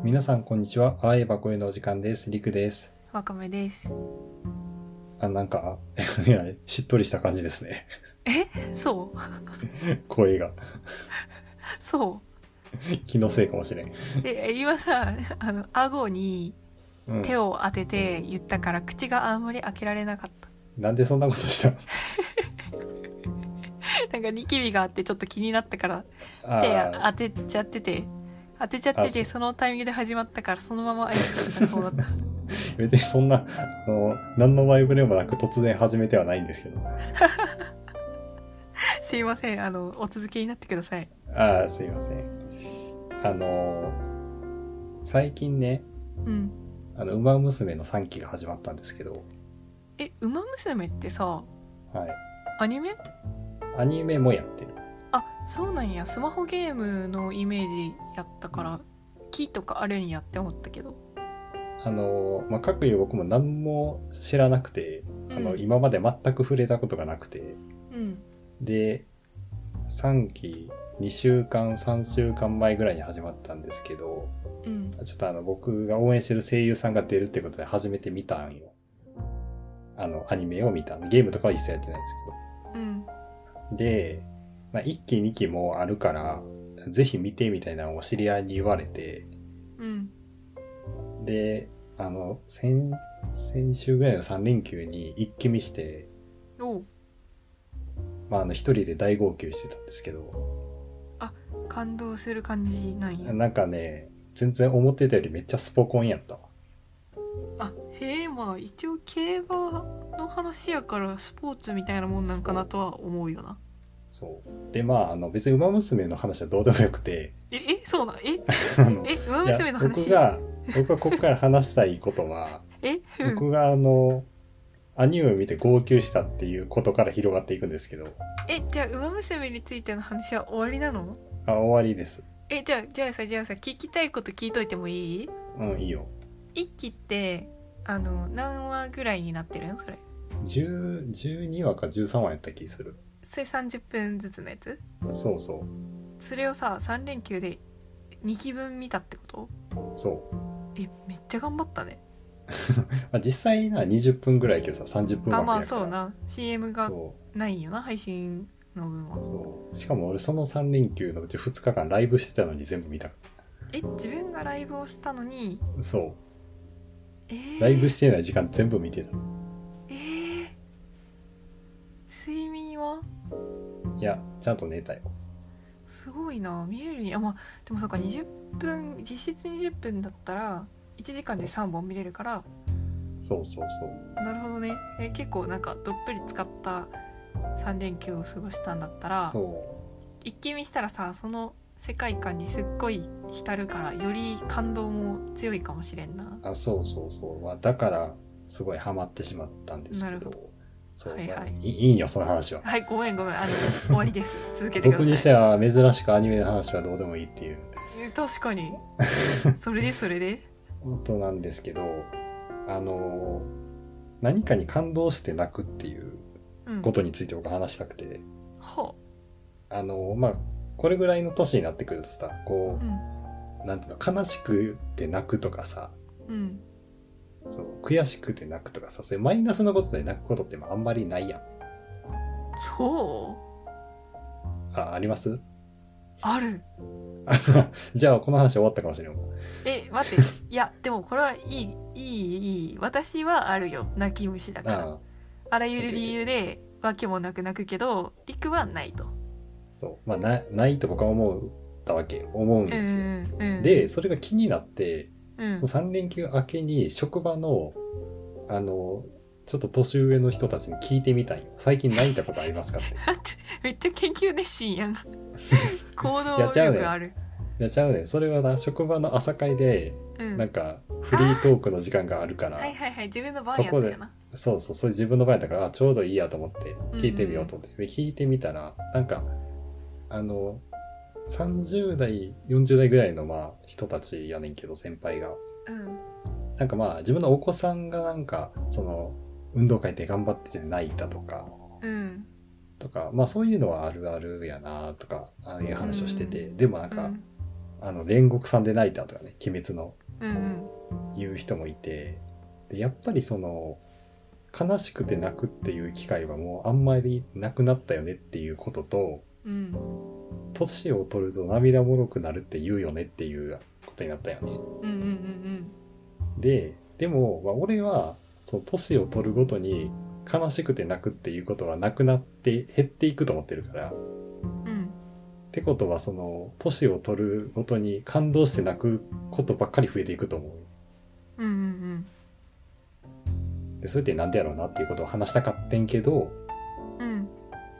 皆さんこんにちは。あわえば声のお時間です。りくです。 わかめです。 なんか、いや、しっとりした感じですね。 そう声が。 そ気のせいかもしれん。 今さ、顎にうん。 手を当てて言ったから口があんまり開けられなかった。 なんでそんなことしたの？ なんかニキビがあってちょっと気になったから手あ当てちゃっあ、 てて、そのタイミングで始まったからそのまま挨拶したそうだった。 別にそんな、何の前触れもなく突然始めてはないんですけど。 すいません、お続けになってください。 すいません。あの、最近ね、 うん。 ウマ娘の3期が始まったんですけど、 ウマ娘ってさ、 はい。 アニメ？ アニメもやってる。 あ、そうなんや。スマホゲームのイメージやったうん。 から、木とかあるんやって思ったけど。 各いう僕も何も知らなくて、 うん。 今まで全く触れたことがなくて、 うん。 で、3期2週間、3週間前ぐらいに始まったんですけど、 うん。 ちょっと僕が応援してる声優さんが出るってことで初めて見たんよ。アニメを見た。ゲームとかは一切やってないんですうん。 けど。で、1期2期もあるから、ぜひ見てみたいなのを知り合いに言われて、 うん。 で、先週ぐらいの3連休に一気見して、 おう。 一人で大号泣してたんですけど、 あ、感動する感じなんや。 なんかね、全然思ってたよりめっちゃスポコンやったわ。 あ、へえ、まあ一応競馬の話やからスポーツみたいなもんなんかそう。 なとは思うよな。 そう。で、別に馬娘の話はどうでもよくて、 そうなん？ あの、 馬いや、 娘の話？ 僕がここから話したいことは、 うん。 僕がアニメを見て号泣したっていうことから広がっていくんですけど、 じゃあ馬娘についての話は終わりなの？ 終わりです。 じゃあさ、聞きたいこと聞いといてもいい？ うん、いいよ。 一期って、何話ぐらいになってるんそれ？ 12話か13話やった気する。 それ30分ずつのやつ？ そうそそれをさ、3連休で2期分見たってこと？ う。そう。 めっちゃ頑張ったね。 実際な20分ぐらいけどさ、30分まあ枠やから。 そうな。CM がそないよな、配信の分は。 そう。しかも俺その3連休のうち2日間ライブしてたのに全部見た。 自分がライブをしたのに、 そう。 えライブしー、 てない時間全部見てた。 えー、睡眠は？ いや、ちゃんと寝たよ。 すごいな、見えるに。まあ、でもそうか、20分、実質20分だったら、1時間でそう 3本見れるから、 そうそうそう。 なるほどね。結構なんかどっぷり使った3連休を過ごしたんだったら、 そ一気見したらさ、その世界観にすっごい浸るから、より感動も強いかもしれんな。 そうそうそう。だから、すごいハマってしまったんですけど、 なるほど。 そう、 はいはい。 いいよ、その話は。 はい、ごめんごめん。終わりです。続けてください。 僕にしては珍しくアニメの話はどうでもいいっていう確かに。それで。 ことなんですけど、あの、何かに感動して泣くっていううん。 ことについて僕話したくて、 はこれぐらいの年になってくるとさ、 あ。うん。 なんていうの、悲しくて泣くとかさ、 うん。 そう、悔しくて泣くとかさ、そういうマイナスのことで泣くことってあんまりないやん。 そう？ あります？ ある。 じゃあ、この話終わったかもしれんわ。 待って。いや、でもこれはいい。私はあるよ。泣き虫だから。 ああ、 あらゆる理オッケーオッケー。 由で、わけもなく泣くけど、りくはないと。 そう。ないと僕は思うんうですよ。 んうんで、それが気になって、そのうん。 3連休明けに職場の、あの、ちょっと年上の人たちに聞いてみたんよ。最近泣いたことありますかって。 だって、めっちゃ研究熱心やん。行やっ動ちゃうね。 力ある。 やっちゃうね。それはな、職場の朝会で、 うん。 なんか、フリートあークの時間があるかあ、はいら、 はいはい。自分の番そこで、 やったよな。 それ自分の場合だから、ちょうどいいやと思ってうんう聞いてみようんと思って。で聞いてみたら、なんか、あの、30代、40代ぐらいの人たちやねんけど、先輩が。 うん。うん。 なんか自分のお子さんがなんか、運動会で頑張ってて泣いたうん。 とか、そういうのはあるあるやなとか、ああいう話をしてて、でもなんか、 うん。 煉獄さんで泣いたとかね、鬼滅のうん言う人もいて、でやっぱりその悲しくて泣くっていう機会はもうあんまりなくなったよねっていうことと、 うん年を取ると涙もろくなるって言うよねっていうことになったよね。 うんうんでも、まあ、俺はその年を取るごとに悲しくて泣くっていうことはなくなって減っていくと思ってるから。 うんってことはその年を取るごとに感動して泣くことばっかり増えていくと思う。 うんうんでそれってなんでやろうなっていうことを話したかってんけど、 うん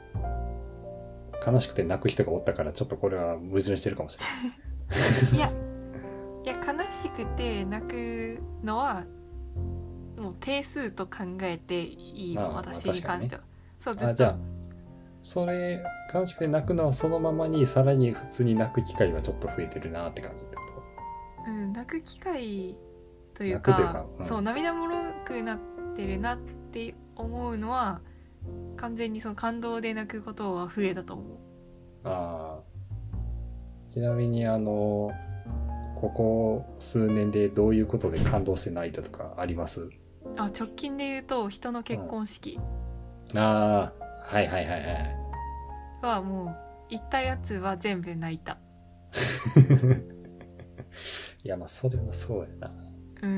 悲しくて泣く人がおったからちょっとこれは矛盾してるかもしれない。 いや悲しくて泣くのはもう定数と考えていいの、私に関しては、そうずっとじゃあそれ悲しくて泣くのはそのままにさらに普通に泣く機会はちょっと増えてるなって感じってこ泣く機会という泣くというか、 か、 そう涙もろくなってるなって思うのは完全にその感動で泣くことは増えたと思う。 あちなみにここ数年でどういうことで感動して泣いたとかあります？ 直近で言うと人の結婚式はいはいはいはい。 はもう行ったやつは全部泣いた。 いやまあそれはそうやな。 うん、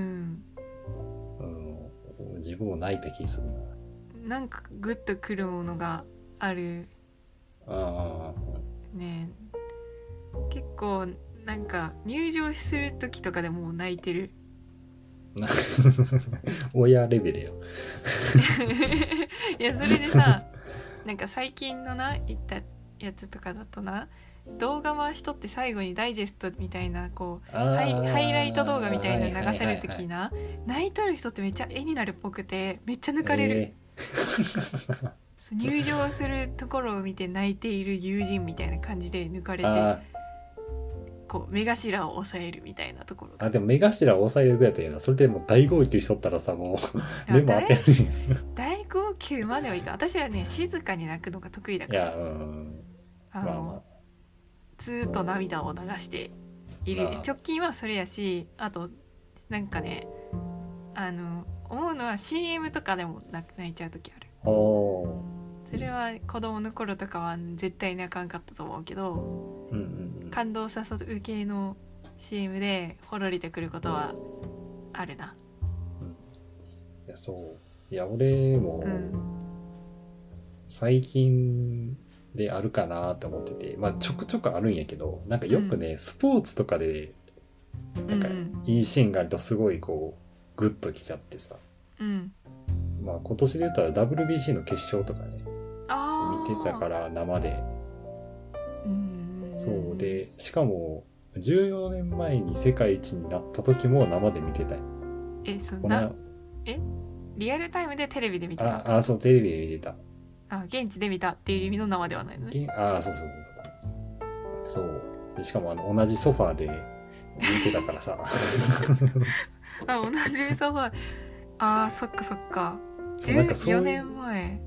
自分も泣いた気するな。 なんかグッとくるものがあるね。結構なんか入場する時とかでもう泣いてる。 親レベルよ。 いやそれでさ、なんか最近の行ったやつとかだと動画回しとって最後にダイジェストみたいなこうハイライト動画みたいな流せる時泣いとる人ってめっちゃ絵になるっぽくてめっちゃ抜かれる、入場するところを見て泣いている友人みたいな感じで抜かれて、こう目頭を押さえるみたいなところ。 でも目頭を押さえるぐらいだよな。それでもう大号泣しとったらさ、もう目も当てる。 大号泣まではいかん。私はね静かに泣くのが得意だから。 いやずーっと涙を流している。直近はそれやし、あとなんかね思うのは CM とかでも泣いちゃう時ある。それは子供の頃とかは絶対泣かんかったと思うけど、感動させる系の CM でほろりとくることはあるな。 いやそういや俺も最近であるかなと思ってて、まあちょくちょくあるんやけど、なんかよくね、スポーツとかでなんかいいシーンがあるとすごいこうグッときちゃってさ、まあ今年で言ったら WBC の決勝とかね見てたから生で、そうでしかも14年前に世界一になった時も生で見てたよ。 リアルタイムでテレビで見てた？ そうテレビで見てた。 現地で見たっていう意味の生ではないのね。 そうでしかも同じソファーで見てたからさ同じソファー。そっか14年前。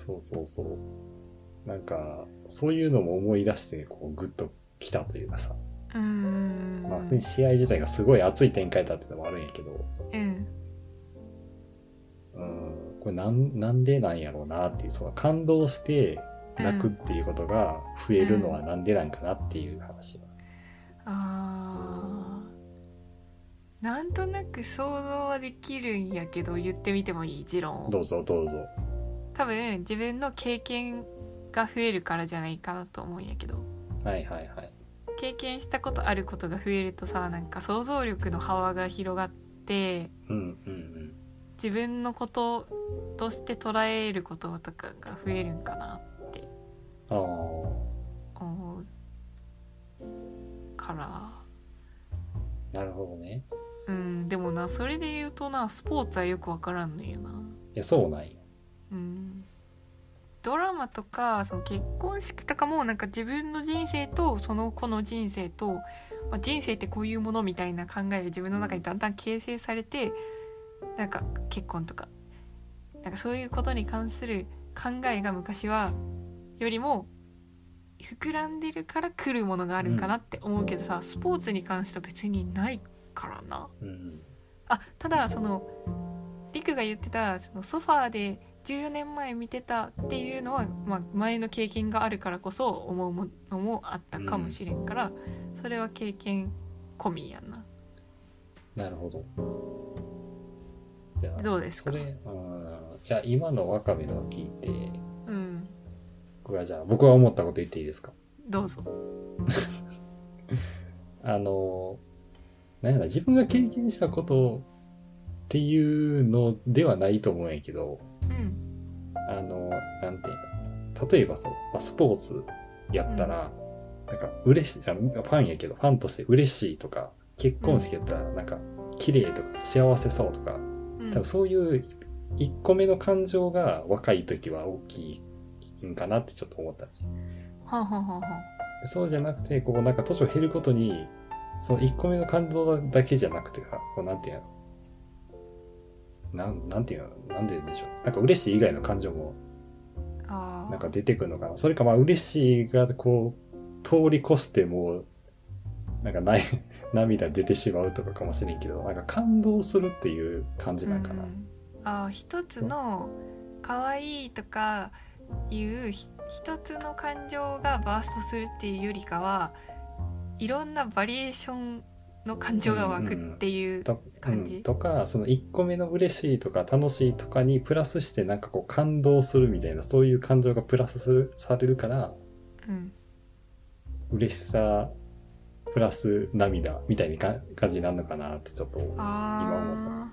なんかそういうのも思い出してこうグッときたというかさ、まあ普通に試合自体がすごい熱い展開だってのもあるんやけど、これなんでなんやろうなっていう、その感動して泣くっていうことが増えるのはなんでなんかなっていう話は、なんとなく想像はできるんやけど言ってみてもいい？持論をどうぞ。 多分自分の経験が増えるからじゃないかなと思うんやけど、経験したことあることが増えるとさ、なんか想像力の幅が広がって、自分のこととして捉えることとかが増えるんかなって思うから。 なるほどね。 でもそれで言うとスポーツはよくわからんのよな。いやそうなんよ。 ドラマとかその結婚式とかもなんか自分の人生とその子の人生と、人生ってこういうものみたいな考えで自分の中にだんだん形成されて、なんか結婚とかなんかそういうことに関する考えが昔はよりも膨らんでるから来るものがあるんかなって思うけどさ、スポーツに関しては別にないからな。ただそのリクが言ってたそのソファーで14年前見てたっていうのは、前の経験があるからこそ思うものもあったかもしれんから、それは経験込みやな。 なるほど。じゃあどうですか？ それ、いや今のワカメのを聞いて、僕は思ったこと言っていいですか？ どうぞ。 なんやろ、自分が経験したことっていうのではないと思うんやけど、なんていうの、例えばスポーツやったら、なんか嬉しい、ファンやけど、ファンとして嬉しいとか、結婚式やったらなんか綺麗とか幸せそうとか、多分そういう1個目の感情が若い時は大きいんかなってちょっと思ったね。そうじゃなくて、なんか年を減ることに、その1個目の感情だけじゃなくてさ、なんていうの、なんていうの、なんででしょう。なんか嬉しい以外の感情も、なんか出てくるのかな。それか嬉しいが通り越しても、なんか涙出てしまうとかかもしれんけど、なんか感動するっていう感じなんかな。 一つの可愛いとかいう一つの感情がバーストするっていうよりかは、いろんなバリエーションの感情が湧くっていう感じ、 とか、その1個目の嬉しいとか楽しいとかにプラスしてなんか感動するみたいな、そういう感情がプラスされるから、嬉しさプラス涙みたいな感じになるのかなってちょっと今思った。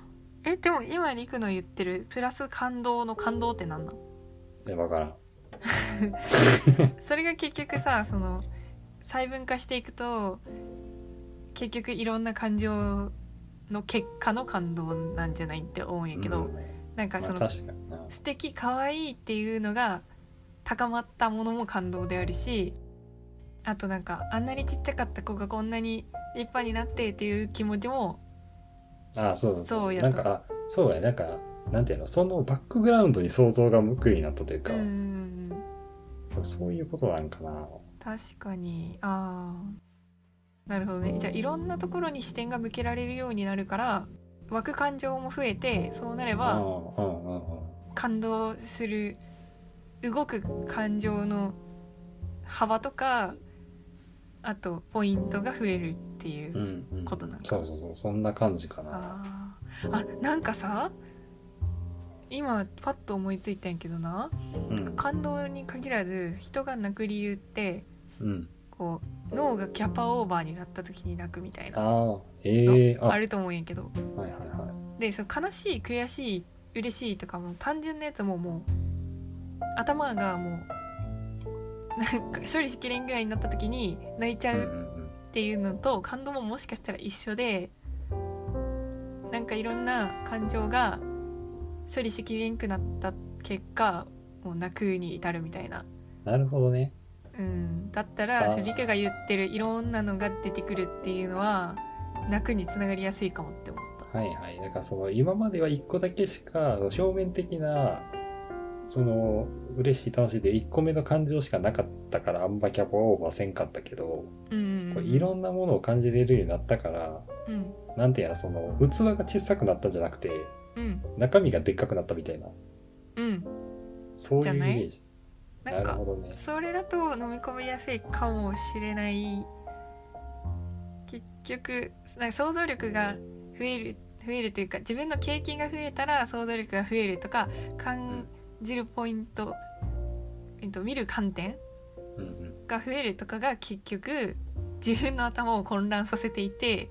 でも今リクの言ってるプラス感動の感動って何なの？ 分からん。 それが結局さ、その細分化していくと結局いろんな感情の結果の感動なんじゃないって思うんやけど、なんかその、素敵可愛いっていうのが高まったものも感動であるし、あとなんかあんなにちっちゃかった子がこんなに立派になってっていう気持ちも、 そうやと、なんかそうや、なんかなんていうの、そのバックグラウンドに想像が向くようになったというか、そういうことなんかな。 確かに。なるほどね。じゃあいろんなところに視点が向けられるようになるから、湧く感情も増えて、そうなれば感動する動く感情の幅とか、あとポイントが増えるっていうことなんだ。 そうそんな感じかな。 なんかさ、今パッと思いついたんやけどな、感動に限らず人が泣く理由って、脳がキャパオーバーになった時に泣くみたいなあると思うんやけど、でその悲しい悔しい嬉しいとかも単純なやつももう頭がもうなんか処理しきれんぐらいになった時に泣いちゃうっていうのと、感動ももしかしたら一緒で、なんかいろんな感情が処理しきれんくなった結果もう泣くに至るみたいな。 なるほどね。 だったらリカが言ってるいろんなのが出てくるっていうのは泣くにつながりやすいかもって思った。 だからその今までは1個だけしか表面的なその嬉しい楽しいで1個目の感情しかなかったから、あんまキャパオーバーせんかったけど、これいろんなものを感じれるようになったから、なんていうの、その器が小さくなったんじゃなくて、中身がでっかくなったみたいな、そういうイメージ。 なるほどね。それだと飲み込みやすいかもしれない。結局なんか想像力が増えるというか、自分の経験が増えたら想像力が増えるとか、感じるポイント、見る観点が増えるとかが結局自分の頭を混乱させていて、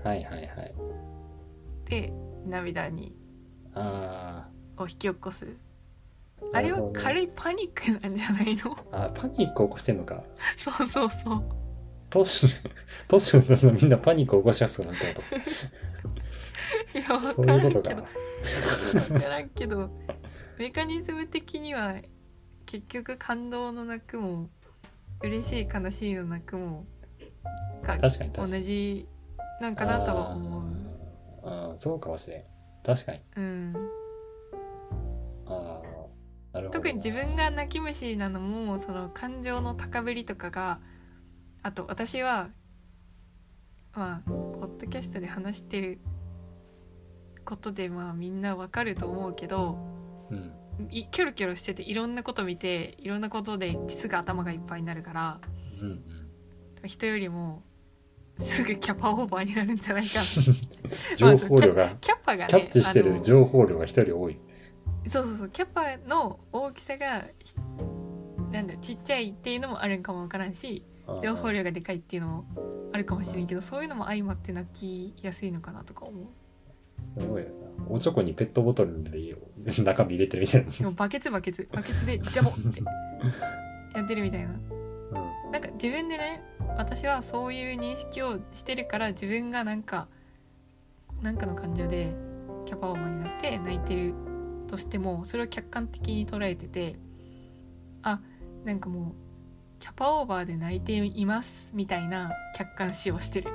で涙にを引き起こす。あれは軽いパニックなんじゃないの？ パニックを起こしてんのか。 そう年を取るのみんなパニックを起こしやすくなったと。 いや分からんけど分からんけどメカニズム的には結局感動の泣くも嬉しい悲しいの泣くもが同じなんかなとは思う。 そうかもしれん。確かに。 なるほどな。 特に自分が泣き虫なのもその感情の高ぶりとかが、あと私はまあポッドキャストで話してることでまあみんなわかると思うけど、 うん、 キョロキョロしてていろんなこと見ていろんなことですぐ頭がいっぱいになるから、 うんうん、 人よりもすぐキャパオーバーになるんじゃないか情報量が、 キャパが、ね、 キャッチしてる情報量が一人多い。 そうキャパの大きさがなんだろうちっちゃいっていうのもあるんかもわからんし、情報量がでかいっていうのもあるかもしれんけど、そういうのも相まって泣きやすいのかなとか思う。 すごいよな。おちょこにペットボトルで中身入れてるみたいな。 でもバケツでジャボってやってるみたいな、 うん、 なんか自分でね、私はそういう認識をしてるから、自分がなんかの感情でキャパオーバーになって泣いてるとしても、それを客観的に捉えてて、あ、なんかもうキャパオーバーで泣いていますみたいな客観視をしてる。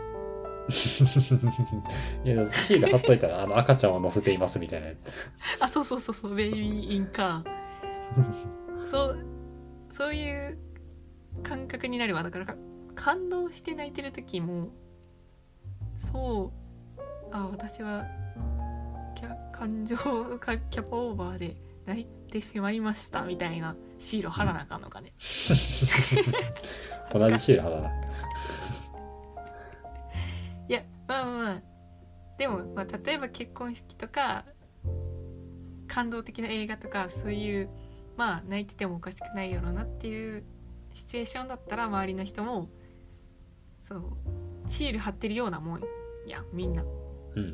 いやシール貼っといたら赤ちゃんを乗せていますみたいな。 あ、そうベイビーインカーそういう感覚になるわ。だから感動して泣いてる時も私は感情がキャパオーバーで泣いてしまいましたみたいなシールを貼らなあかんのかね。 同じシール貼らない。 いやまあでも、例えば結婚式とか感動的な映画とか、そういう泣いててもおかしくないよなっていうシチュエーションだったら、周りの人もそうシール貼ってるようなもんやみんな、 うんうん、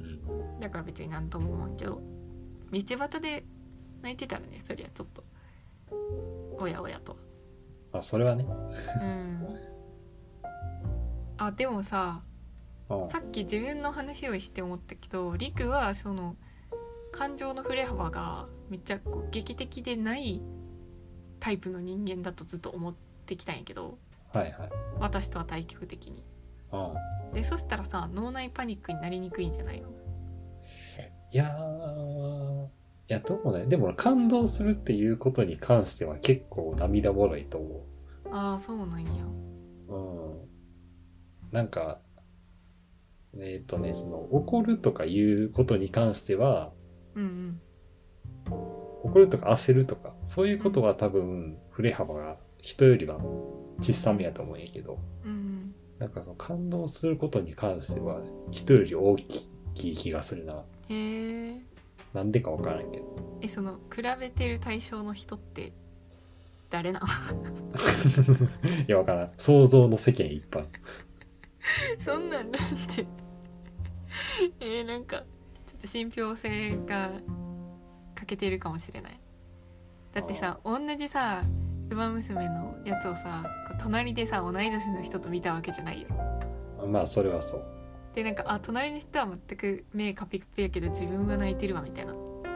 だから別になんとも思わんけど、道端で泣いてたらね、そりゃちょっとおやおやと。 それはね。 でもさっき自分の話をして思ったけど、リクはその感情の振れ幅がめっちゃこう劇的でないタイプの人間だとずっと思ってきたんやけど、 はいはい、 私とは対極的に。でそしたらさ、脳内パニックになりにくいんじゃないの？ いやどうもね、でも感動するっていうことに関しては結構涙もろいと思う。 そうなんや。 なんかその怒るとかいうことに関しては、怒るとか焦るとかそういうことは多分振れ幅が人よりは小さめやと思うんやけど、なんかその感動することに関しては人より大きい気がするな。 へえ。 なんでかわからんけど。 その比べてる対象の人って誰なの？ いやわからん。想像の世間一般。 そんなんだってなんかちょっと信憑性が欠けてるかもしれない。だってさ、同じさウマ娘のやつをさ隣でさ同い年の人と見たわけじゃないよ。 まあそれはそうで、なんか隣の人は全く目カピカピやけど自分は泣いてるわみたいな。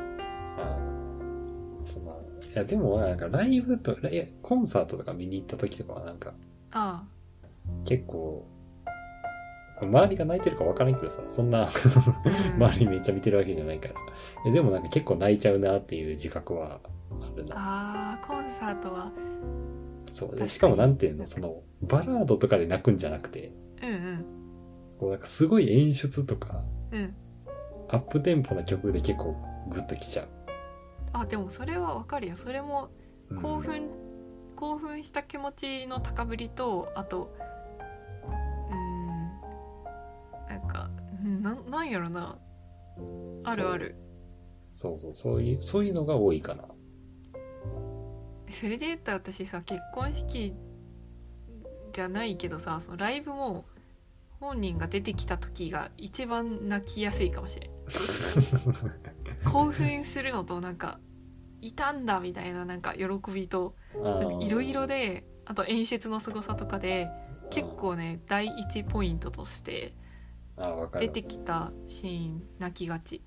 いやでもなんかライブとコンサートとか見に行った時とかはなんか結構周りが泣いてるか分からんけどさ、そんな周りめっちゃ見てるわけじゃないからでもなんか結構泣いちゃうなっていう自覚はあるな。 コンサートはそうで、しかもなんていうの、そのバラードとかで泣くんじゃなくて、こうなんかすごい演出とか、アップテンポな曲で結構グッときちゃう。 でもそれはわかるよ。それも興奮した気持ちの高ぶりと、あとなんやろな、ある。 そういうのが多いかな。 それで言ったら私さ、結婚式じゃないけどさ、そのライブも本人が出てきた時が一番泣きやすいかもしれん。興奮するのとなんかいたんだみたいな、なんか喜びといろいろで、あと演出のすごさとかで結構ね第一ポイントとして出てきたシーン泣きがち。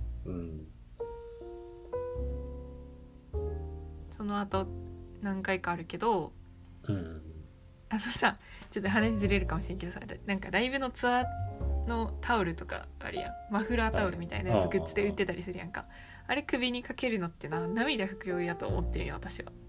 その後何回かあるけど、さちょっと話ずれるかもしれんけどさ、なんかライブのツアーのタオルとかあるやん、マフラータオルみたいなやつグッズで売ってたりするやんか。あれ首にかけるのってな、涙拭く用やと思ってるよ私は。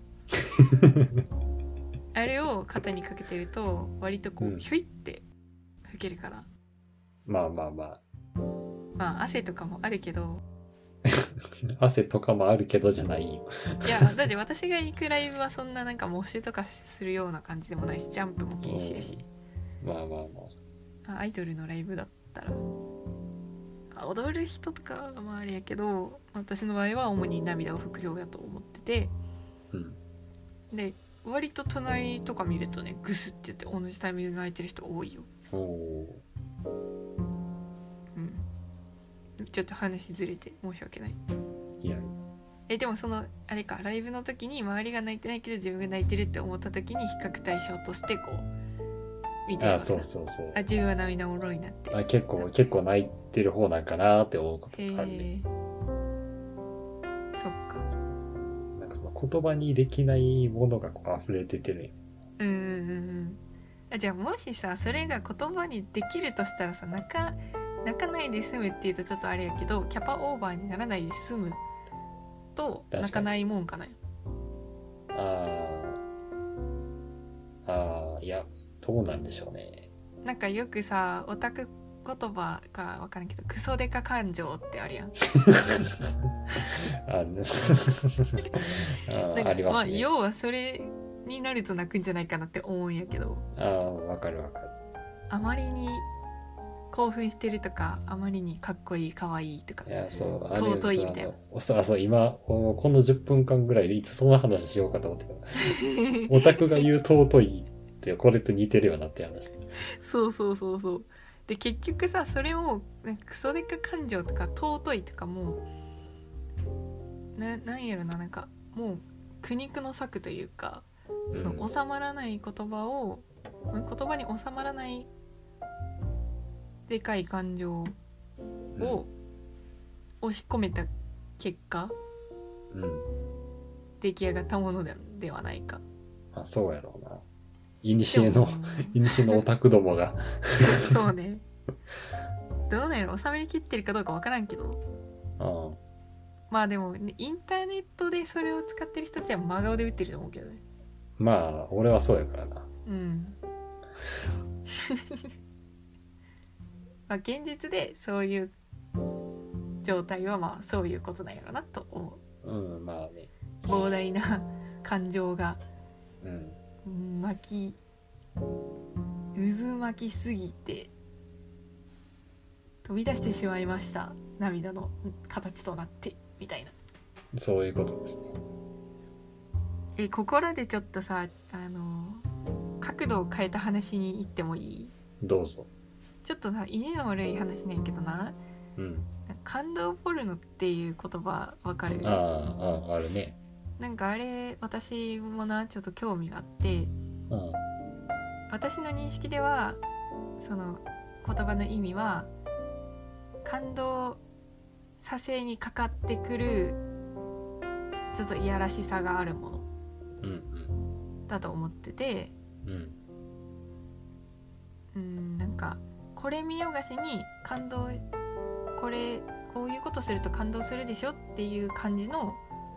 あれを肩にかけてると割とこうひょいって拭けるから。 まあまあまあ。 まあ汗とかもあるけど汗とかもあるけどじゃないよ。 いやだって私が行くライブはそんななんかモッシュとかするような感じでもないし、ジャンプも禁止やし、 まあまあまあ。 アイドルのライブだったら踊る人とかはまああれやけど、私の場合は主に涙を拭く用やと思ってて、 うん、 で割と隣とか見るとね、グスって言って同じタイミングで泣いてる人多いよ。ちょっと話ずれて申し訳ない。 いやでもそのあれか、ライブの時に周りが泣いてないけど自分が泣いてるって思った時に比較対象としてこう見てる。あ、 そうそうそう。 自分は涙もろいなって。 結構泣いてる方なんかなって思うことがあるね。 そっか。 なんかその言葉にできないものがこう溢れててる。 じゃあもしさ、それが言葉にできるとしたらさ、泣かないで済むっていうとちょっとあれやけど、キャパオーバーにならないで済むと泣かないもんかな。 いやどうなんでしょうね。 なんかよくさ、オタク言葉か分からんけど、クソデカ感情ってあるやん。 ありますね。 要はそれになると泣くんじゃないかなって思うんやけど。 わかる。 あまりに興奮してるとか、あまりにかっこいいかわいいとか、 いやそう尊いみたいな。 そう今この10分間ぐらいでいつその話しようかと思ってた。オタクが言う尊いってこれと似てるよなって話。 そうで結局さ、それもクソデカ感情とか尊いとかもなんやろな、なんかもう苦肉の策というか、その収まらない言葉を、言葉に収まらないでかい感情を押し込めた結果、出来上がったものではないか。 そうやろうな。いにしえのオタクどもがそうね。どうなんやろ、収めきってるかどうかわからんけど。まあでも、ね、インターネットでそれを使ってる人たちは真顔で打ってると思うけどね。 まあ俺はそうやからな。 まあ現実でそういう状態はまあそういうことなんやろなと思う。 まあね。 膨大な感情が渦巻きすぎて飛び出してしまいました、涙の形となってみたいな。 そういうことですね。 ここらでちょっとさ、角度を変えた話に行ってもいい？ どうぞ。 ちょっとさ、意味の悪い話ねんけどな、感動ポルノっていう言葉わかる？ あるね。 なんかあれ私もなちょっと興味があって、私の認識ではその言葉の意味は感動させにかかってくるちょっといやらしさがあるものだと思ってて、なんかこれ見よがしに感動、こういうことすると感動するでしょっていう感じの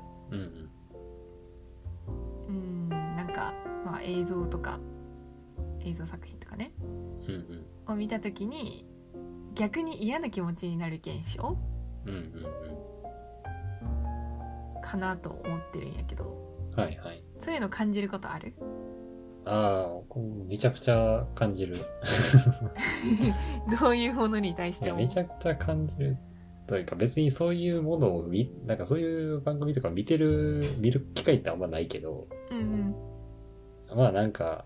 なんかまあ映像とか映像作品とかね、を見たときに逆に嫌な気持ちになる現象、かなと思ってるんやけど、そういうの感じることある？ めちゃくちゃ感じる。 どういうものに対しても？ めちゃくちゃ感じるというか、別にそういうものをなんかそういう番組とか見る機会ってあんまないけど、まあなんか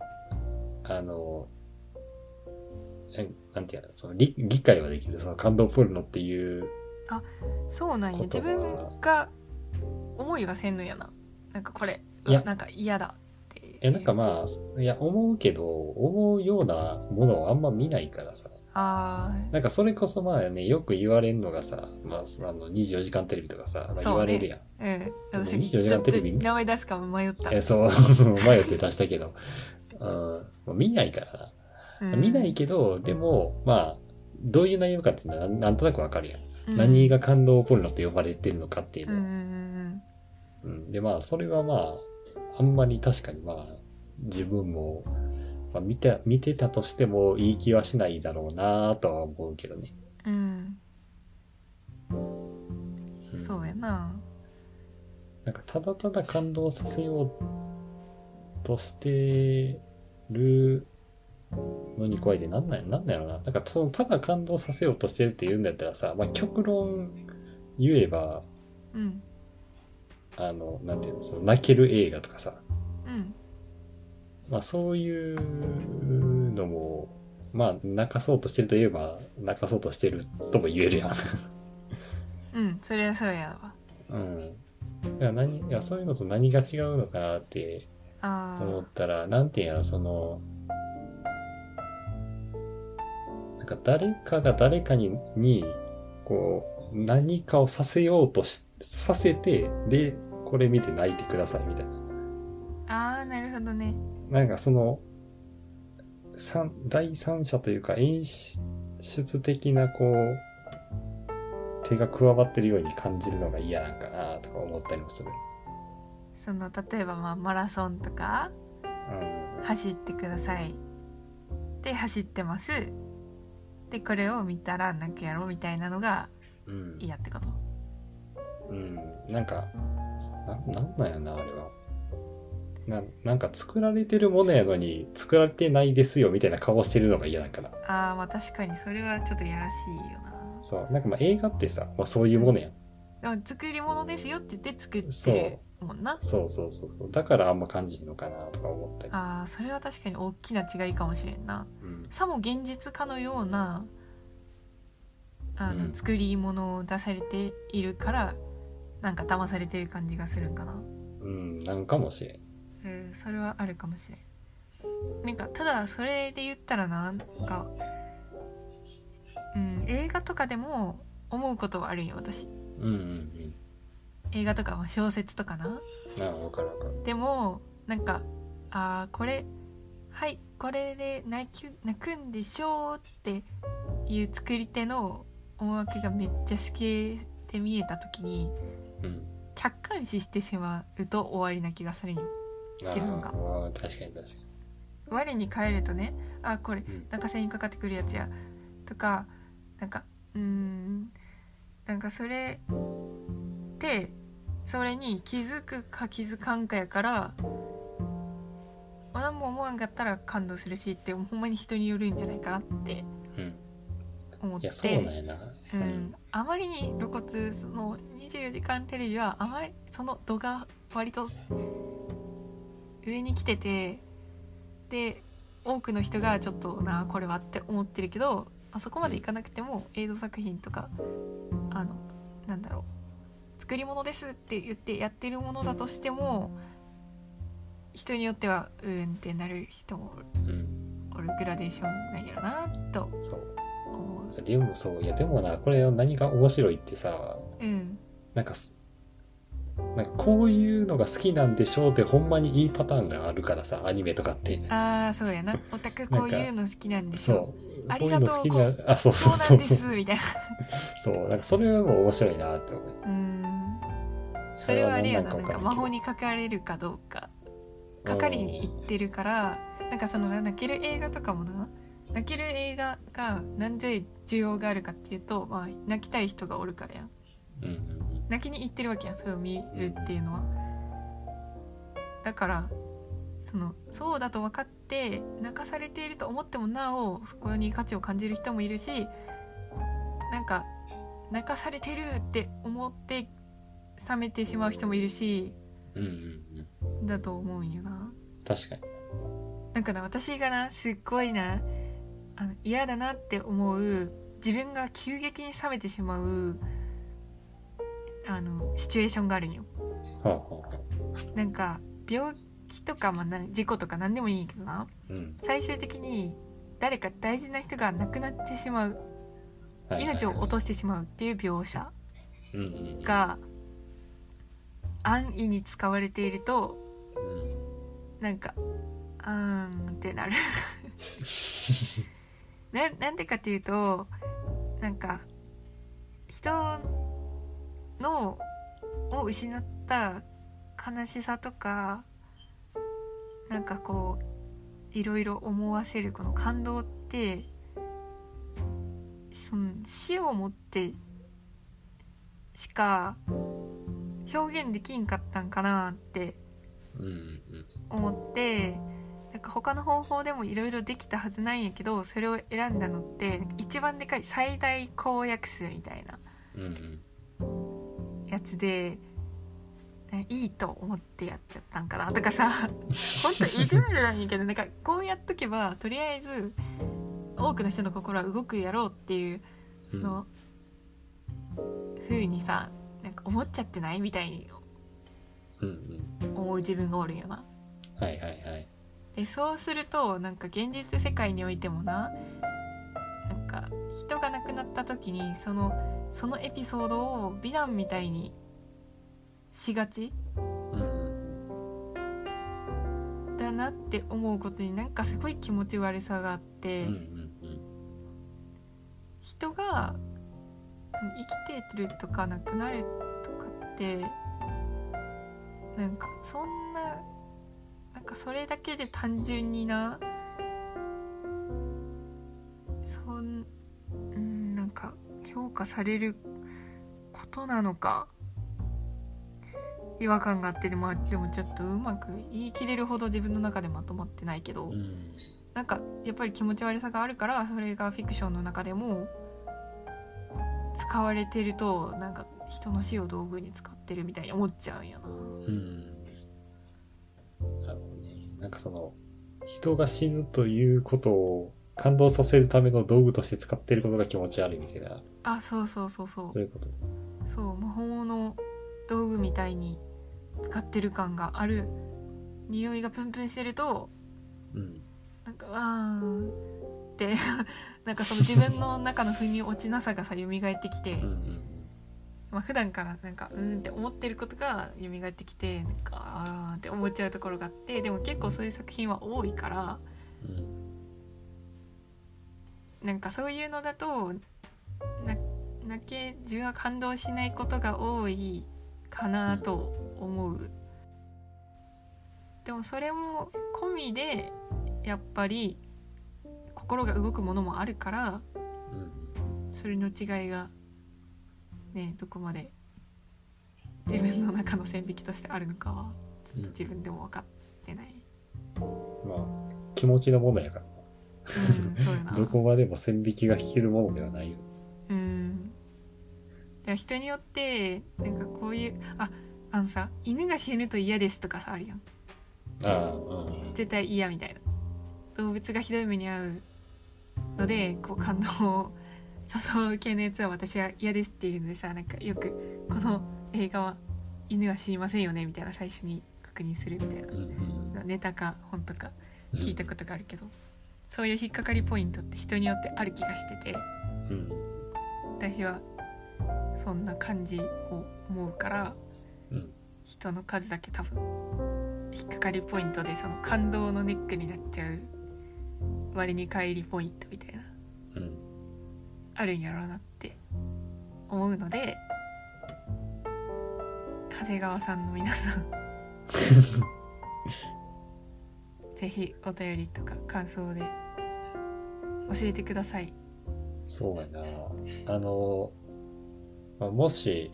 なんていうの、その理解はできる、その感動ポルノっていう。 そうなんや。自分が思いはせんのやな。なんかこれなんか嫌だって。 なんかまあ思うけど、思うようなものをあんま見ないからさ。なんかそれこそまあね、よく言われるのがさ、24時間テレビとかさ、言われるやん。 私 24時間テレビ名前出すかも迷った。 そう迷って出したけど、見ないからな。見ないけど、でもまあどういう内容かっていうのはなんとなくわかるやん。 うん、 何が感動ポルノと呼ばれてるのかっていうのは。 うんうんうん、で、まあ、それはまあ、あんまり確かにまあ、自分も、まあ、見てたとしてもいい気はしないだろうなとは思うけどね。 うん、 うん、 そうやな。 なんかただただ感動させようとしてるのに加えてなんなんやろな。なんかそのただ感動させようとしてるって言うんだったらさ、まあ極論言えば、 うん、 なんていうの、その泣ける映画とかさ、 うん、 まあそういうのも、まあ泣かそうとしてるといえば泣かそうとしてるとも言えるやん。 うん、それはそうやわ。 うん。いやそういうのと何が違うのかなって思っあたら、なんていうんやろ、なんか誰かが誰かに、こう、何かをさせようとさせて、で、これ見て泣いてくださいみたいな。 あー、なるほどね。 なんか第三者というか演出的な手が加わってるように感じるのが嫌なんかなとか思ったりもする。 例えばまあマラソンとかうん。 走ってくださいで走ってます。でこれを見たら泣くやろみたいなのがうん。 嫌ってこと。 うん。なんか、なんなんやな、あれは。なんか作られてるものやのに作られてないですよみたいな顔してるのが嫌なんかな。 あー、まあ確かにそれはちょっとやらしいよな。 そう。なんかまあ映画ってさ、まあそういううん。 ものやん。 でも作り物ですよって言って作ってるそう。 もんな。 そう。だからあんま感じるのかなとか思ったり。 ああ、それは確かに大きな違いかもしれんな。 うん。 さも現実かのようなうん。 作り物を出されているからなんか騙されてる感じがするんかな。 うん。なんかもしれん。 それはあるかもしれん。なんかただそれで言ったらなんか、映画とかでも思うことはあるんよ私。 うん。 映画とか小説とかな。 ああ、わかるわかる。 でもなんかこれ、はいこれで泣くんでしょうっていう作り手の思惑がめっちゃ透けて見えた時にうん。 客観視してしまうと終わりな気がするんよ自分が。 ああ、確かに。 我に返るとね、これうん。 泣かせにかかってくるやつやとか、なんかなんかそれってそれに気づくか気づかんかやから、何も思わんかったら感動するしってほんまに人によるんじゃないかなってうん。 思っいや、そうなんて、 やな。うん。 あまりに露骨、その24時間テレビはあまりその度が割と上に来てて、で多くの人がちょっとなこれはって思ってるけど、あそこまでいかなくても映像作品とかなんだろう、作り物ですって言ってやってるものだとしても人によってはってなる人もうん。 おるグラデーションなんやろなとそう。 思う。 でもそう、いやでもな、これ何が面白いってさ、 うん。 なんかなんかこういうのが好きなんでしょうってほんまにいいパターンがあるからさ、アニメとかって。 ああ、そうやな。オタクこういなんか、 うの好きなんでしょう。 そう、こういうありがとう、 の好きな、あ、そうそうそうなんでそうそう。 すみたいな。 そう、なんかそれはもう面白いなって思う。 うーん。そあれれは何なんかはあれやな、なんか魔法わからんけど。 にかかれるかどうか。 うかかりに行っん。 てるから、なんかその泣ける映画とかもな、泣ける映画がなんで需要があるかっていうと、まあ泣きたい人がおるからやん。 うん。 泣きに行ってるわけやん、それを見るうん。 っていうのは。だからそうだと分かって泣かされていると思ってもなおそこに価値を感じる人もいるし、なんか泣かされてるって思って冷めてしまう人もいるし、 うん。 だと思うんよな。 確かに。 なんかな、私がなすっごいな嫌だなって思う、自分が急激に冷めてしまうシチュエーションがあるんよ。 はあはあ。 なんか病気とか、事故とか何でもいいけどな、 うん。 最終的に誰か大事な人が亡くなってしまう、 はいはい命を落とはい。 してしまうっていう描写うん。 が安易に使われていると、 うん。 なんかってなる。 なんでかっていうと、なんか人のを失った悲しさとか、なんかこういろいろ思わせるこの感動って、その死をもってしか表現できんかったんかなって思って、なんか他の方法でもいろいろできたはずなんやけど、それを選んだのって一番でかい最大公約数みたいなやつで、いいと思ってやっちゃったんかなとかさほんと意地悪なんやけど、なんかこうやっとけばとりあえず多くの人の心は動くやろうっていう、その風にさ、なんか思っちゃってないみたいに思う自分がおるんよな。 はいはいはい。 でそうすると、なんか現実世界においてもな、なんか人が亡くなった時にそのエピソードを美談みたいにしがち、だなって思うことになんかすごい気持ち悪さがあって、人が生きてるとか亡くなるとかってなんかそんな、なんかそれだけで単純にな、なんか評価されることなのか違和感があって、でもちょっとうまく言い切れるほど自分の中でまとまってないけど、なんかやっぱり気持ち悪さがあるから、それがフィクションの中でも使われてると、なんか人の死を道具に使ってるみたいに思っちゃうんやな。 なるほどね。なんかその人が死ぬということを感動させるための道具として使ってることが気持ち悪いみたいな。 あ、そうそうそうそう。 そういうこと。 そう、魔法の道具みたいに使ってる感がある匂いがプンプンしてると、なんかわーってなんかその自分の中の腑に落ちなさがさ蘇ってきてまあ普段からなんかって思ってることが蘇ってきて、なんかあーって思っちゃうところがあって、でも結構そういう作品は多いから、なんかそういうのだと自分は感動しないことが多いかなと思う。でもそれも込みでやっぱり心が動くものもあるから、それの違いがね、どこまで自分の中の線引きとしてあるのかはちょっと自分でも分かってない。 まあ気持ちの問題やからそうやなどこまでも線引きが引けるものではないよ。 で人によってなんかこういうあのさ、犬が死ぬと嫌ですとかさあるやん。絶対嫌みたいな、動物がひどい目に遭うのでこう感動を誘う系のやつは私は嫌ですっていうのでさ、なんかよくこの映画は犬は死にませんよねみたいな最初に確認するみたいな、ネタか本とか聞いたことがあるけど、そういう引っかかりポイントって人によってある気がしてて、私はそんな感じを思うから、人の数だけ多分引っかかりポイントでその感動のネックになっちゃう割に帰りポイントみたいな、あるんやろうなって思うので、長谷川さんの皆さんぜひお便りとか感想で教えてください。 そうやな、もし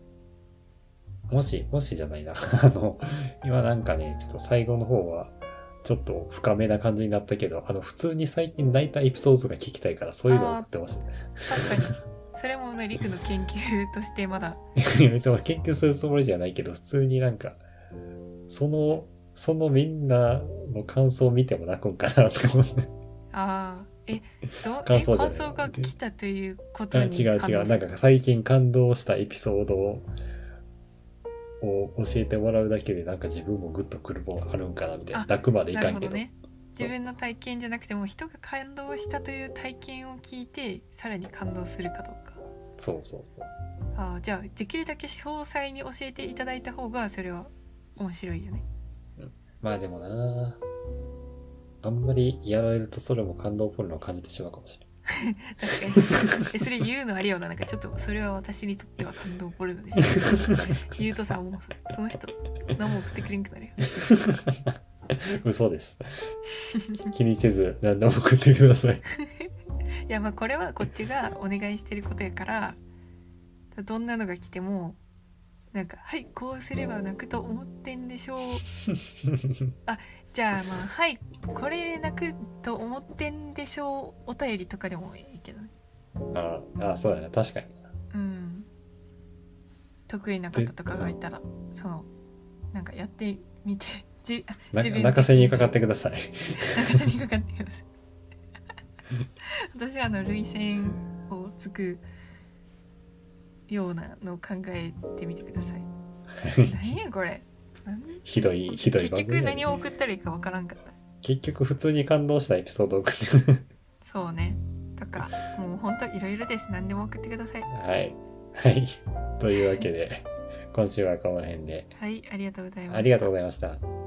じゃないな今なんかねちょっと最後の方はちょっと深めな感じになったけど、普通に最近泣いたエピソードが聞きたいから、そういうのを送ってほしい。 確かにそれもね、リクの研究としてまだいや別に研究するつもりじゃないけど、普通になんかそのみんなの感想を見ても泣くんかなと思って感想が来たということに違うなんか最近感動したエピソードを教えてもらうだけでなんか自分もグッとくるもんあるんかなみたいな。泣くまでいかんけど、 ね、自分の体験じゃなくても人が感動したという体験を聞いてさらに感動するかどうか。 そうじゃあできるだけ詳細に教えていただいた方がそれは面白いよね。 まあでもな、あんまりやられるとそれも感動ポルノを感じてしまうかもしれ確かにそれ言うのありよな。なんかちょっとそれは私にとっては感動ポルノです言うとさ、もうその人何も送ってくれんくなるよ嘘です気にせず何でも送ってくださいいやまあこれはこっちがお願いしてることやから、どんなのが来てもなんかはいこうすれば泣くと思ってんでしょうあ、じゃあまあはいこれで泣くと思ってんでしょうお便りとかでもいいけどね。 あ、そうだね、確かに。 うん、得意な方とかがいたらそのなんかやってみて泣かせにかかってください泣かせにかかってください私らの涙腺をつくようなのを考えてみてください何やこれひどい結局何を送ったらいいかわからんかった。 結局普通に感動したエピソードを送ってそうね、とかもうほんといろいろです。何でも送ってください。 はいはいというわけで今週はこの辺で。 はい、ありがとうございます。 ありがとうございました。